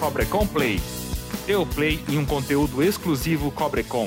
Cobrecon Play. Dê o play em um conteúdo exclusivo Cobrecon.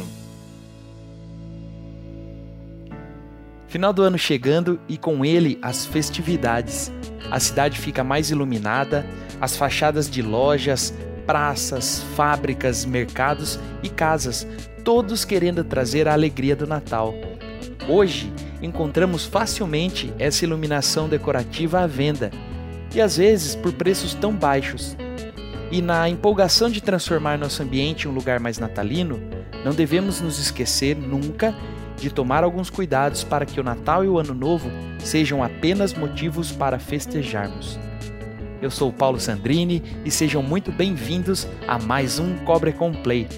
Final do ano chegando e com ele as festividades. A cidade fica mais iluminada, as fachadas de lojas, praças, fábricas, mercados e casas, todos querendo trazer a alegria do Natal. Hoje, encontramos facilmente essa iluminação decorativa à venda, e às vezes por preços tão baixos. E na empolgação de transformar nosso ambiente em um lugar mais natalino, não devemos nos esquecer nunca de tomar alguns cuidados para que o Natal e o Ano Novo sejam apenas motivos para festejarmos. Eu sou o Paulo Sandrini e sejam muito bem-vindos a mais um Cobrecon Play.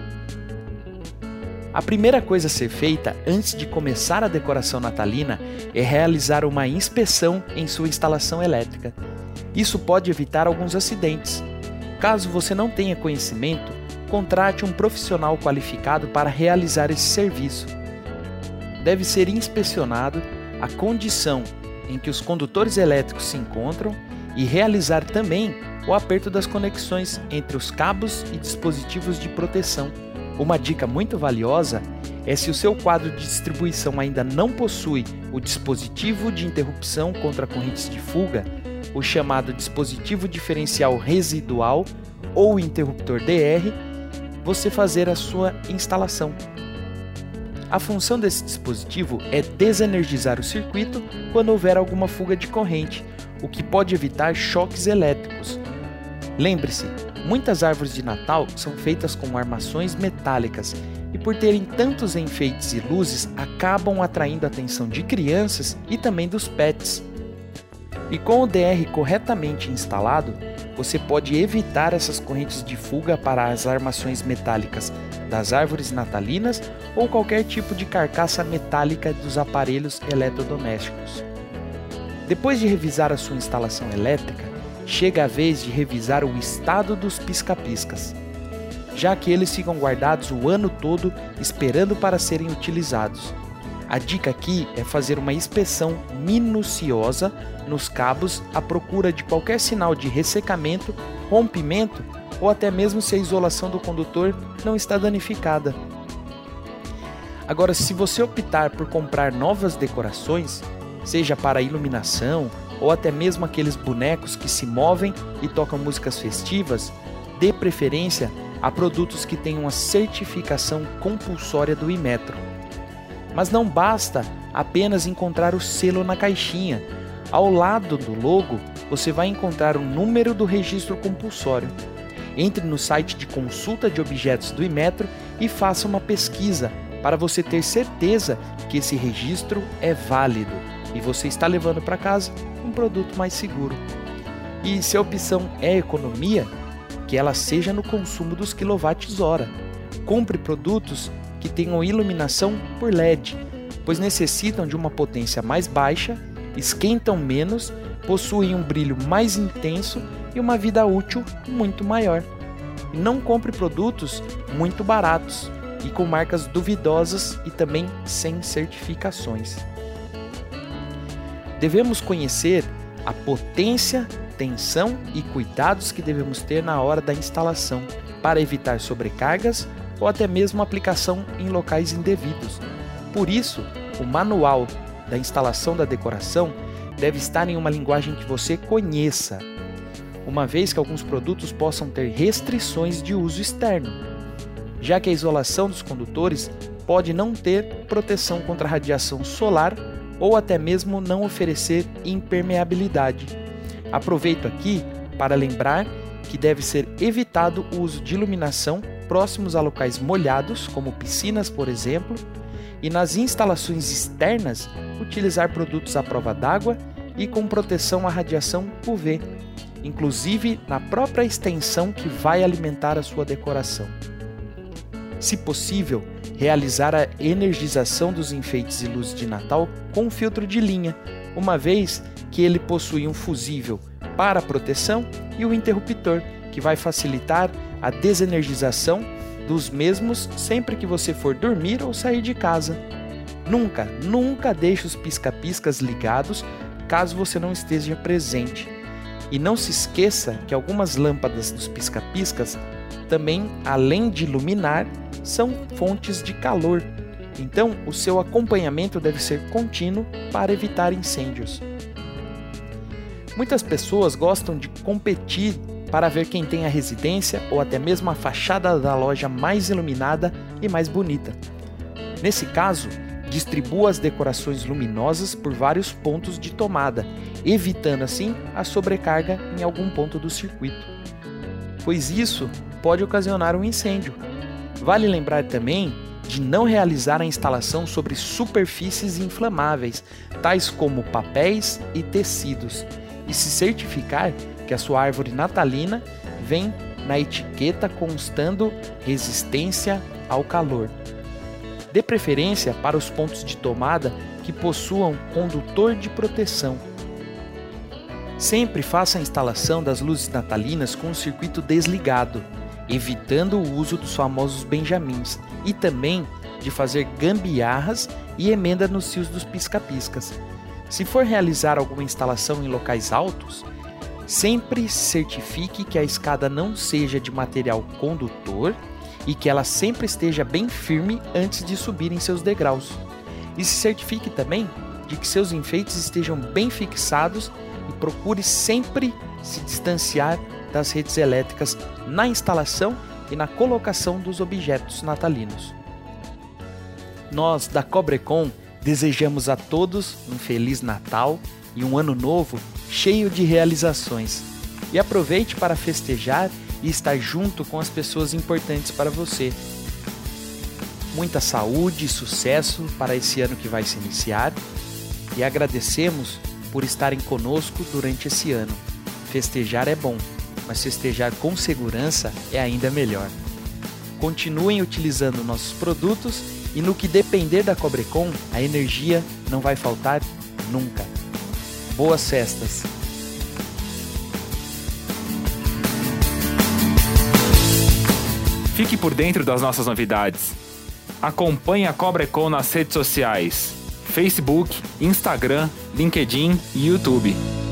A primeira coisa a ser feita antes de começar a decoração natalina é realizar uma inspeção em sua instalação elétrica. Isso pode evitar alguns acidentes. Caso você não tenha conhecimento, contrate um profissional qualificado para realizar esse serviço. Deve ser inspecionado a condição em que os condutores elétricos se encontram e realizar também o aperto das conexões entre os cabos e dispositivos de proteção. Uma dica muito valiosa é se o seu quadro de distribuição ainda não possui o dispositivo de interrupção contra correntes de fuga, o chamado dispositivo diferencial residual ou interruptor DR, você fazer a sua instalação. A função desse dispositivo é desenergizar o circuito quando houver alguma fuga de corrente, o que pode evitar choques elétricos. Lembre-se, muitas árvores de Natal são feitas com armações metálicas e por terem tantos enfeites e luzes acabam atraindo a atenção de crianças e também dos pets. E com o DR corretamente instalado, você pode evitar essas correntes de fuga para as armações metálicas das árvores natalinas ou qualquer tipo de carcaça metálica dos aparelhos eletrodomésticos. Depois de revisar a sua instalação elétrica, chega a vez de revisar o estado dos pisca-piscas, já que eles ficam guardados o ano todo esperando para serem utilizados. A dica aqui é fazer uma inspeção minuciosa nos cabos à procura de qualquer sinal de ressecamento, rompimento ou até mesmo se a isolação do condutor não está danificada. Agora, se você optar por comprar novas decorações, seja para iluminação ou até mesmo aqueles bonecos que se movem e tocam músicas festivas, dê preferência a produtos que tenham a certificação compulsória do Inmetro. Mas não basta apenas encontrar o selo na caixinha. Ao lado do logo, você vai encontrar o número do registro compulsório. Entre no site de consulta de objetos do Inmetro e faça uma pesquisa para você ter certeza que esse registro é válido e você está levando para casa um produto mais seguro. E se a opção é economia, que ela seja no consumo dos kWh. Compre produtos que tenham iluminação por LED, pois necessitam de uma potência mais baixa, esquentam menos, possuem um brilho mais intenso e uma vida útil muito maior. E não compre produtos muito baratos e com marcas duvidosas e também sem certificações. Devemos conhecer a potência, tensão e cuidados que devemos ter na hora da instalação para evitar sobrecargas ou até mesmo aplicação em locais indevidos. Por isso, o manual da instalação da decoração deve estar em uma linguagem que você conheça, uma vez que alguns produtos possam ter restrições de uso externo, já que a isolação dos condutores pode não ter proteção contra a radiação solar ou até mesmo não oferecer impermeabilidade. Aproveito aqui para lembrar que deve ser evitado o uso de iluminação próximos a locais molhados, como piscinas, por exemplo, e nas instalações externas, utilizar produtos à prova d'água e com proteção à radiação UV, inclusive na própria extensão que vai alimentar a sua decoração. Se possível, realizar a energização dos enfeites e luzes de Natal com um filtro de linha, uma vez que ele possui um fusível para proteção e o interruptor, que vai facilitar a desenergização dos mesmos sempre que você for dormir ou sair de casa. Nunca deixe os pisca-piscas ligados caso você não esteja presente. E não se esqueça que algumas lâmpadas dos pisca-piscas também, além de iluminar, são fontes de calor. Então, o seu acompanhamento deve ser contínuo para evitar incêndios. Muitas pessoas gostam de competir para ver quem tem a residência ou até mesmo a fachada da loja mais iluminada e mais bonita. Nesse caso, distribua as decorações luminosas por vários pontos de tomada, evitando assim a sobrecarga em algum ponto do circuito, pois isso pode ocasionar um incêndio. Vale lembrar também de não realizar a instalação sobre superfícies inflamáveis, tais como papéis e tecidos, e se certificar que a sua árvore natalina vem na etiqueta constando resistência ao calor. Dê preferência para os pontos de tomada que possuam condutor de proteção. Sempre faça a instalação das luzes natalinas com o circuito desligado, evitando o uso dos famosos benjamins e também de fazer gambiarras e emenda nos fios dos pisca-piscas. Se for realizar alguma instalação em locais altos, sempre certifique que a escada não seja de material condutor e que ela sempre esteja bem firme antes de subir em seus degraus. E se certifique também de que seus enfeites estejam bem fixados e procure sempre se distanciar das redes elétricas na instalação e na colocação dos objetos natalinos. Nós, da Cobrecon, desejamos a todos um Feliz Natal e um Ano Novo cheio de realizações. E aproveite para festejar e estar junto com as pessoas importantes para você. Muita saúde e sucesso para esse ano que vai se iniciar e agradecemos por estarem conosco durante esse ano. Festejar é bom, mas festejar com segurança é ainda melhor. Continuem utilizando nossos produtos e no que depender da Cobrecon, a energia não vai faltar nunca. Boas festas! Fique por dentro das nossas novidades. Acompanhe a Cobrecon nas redes sociais: Facebook, Instagram, LinkedIn e YouTube.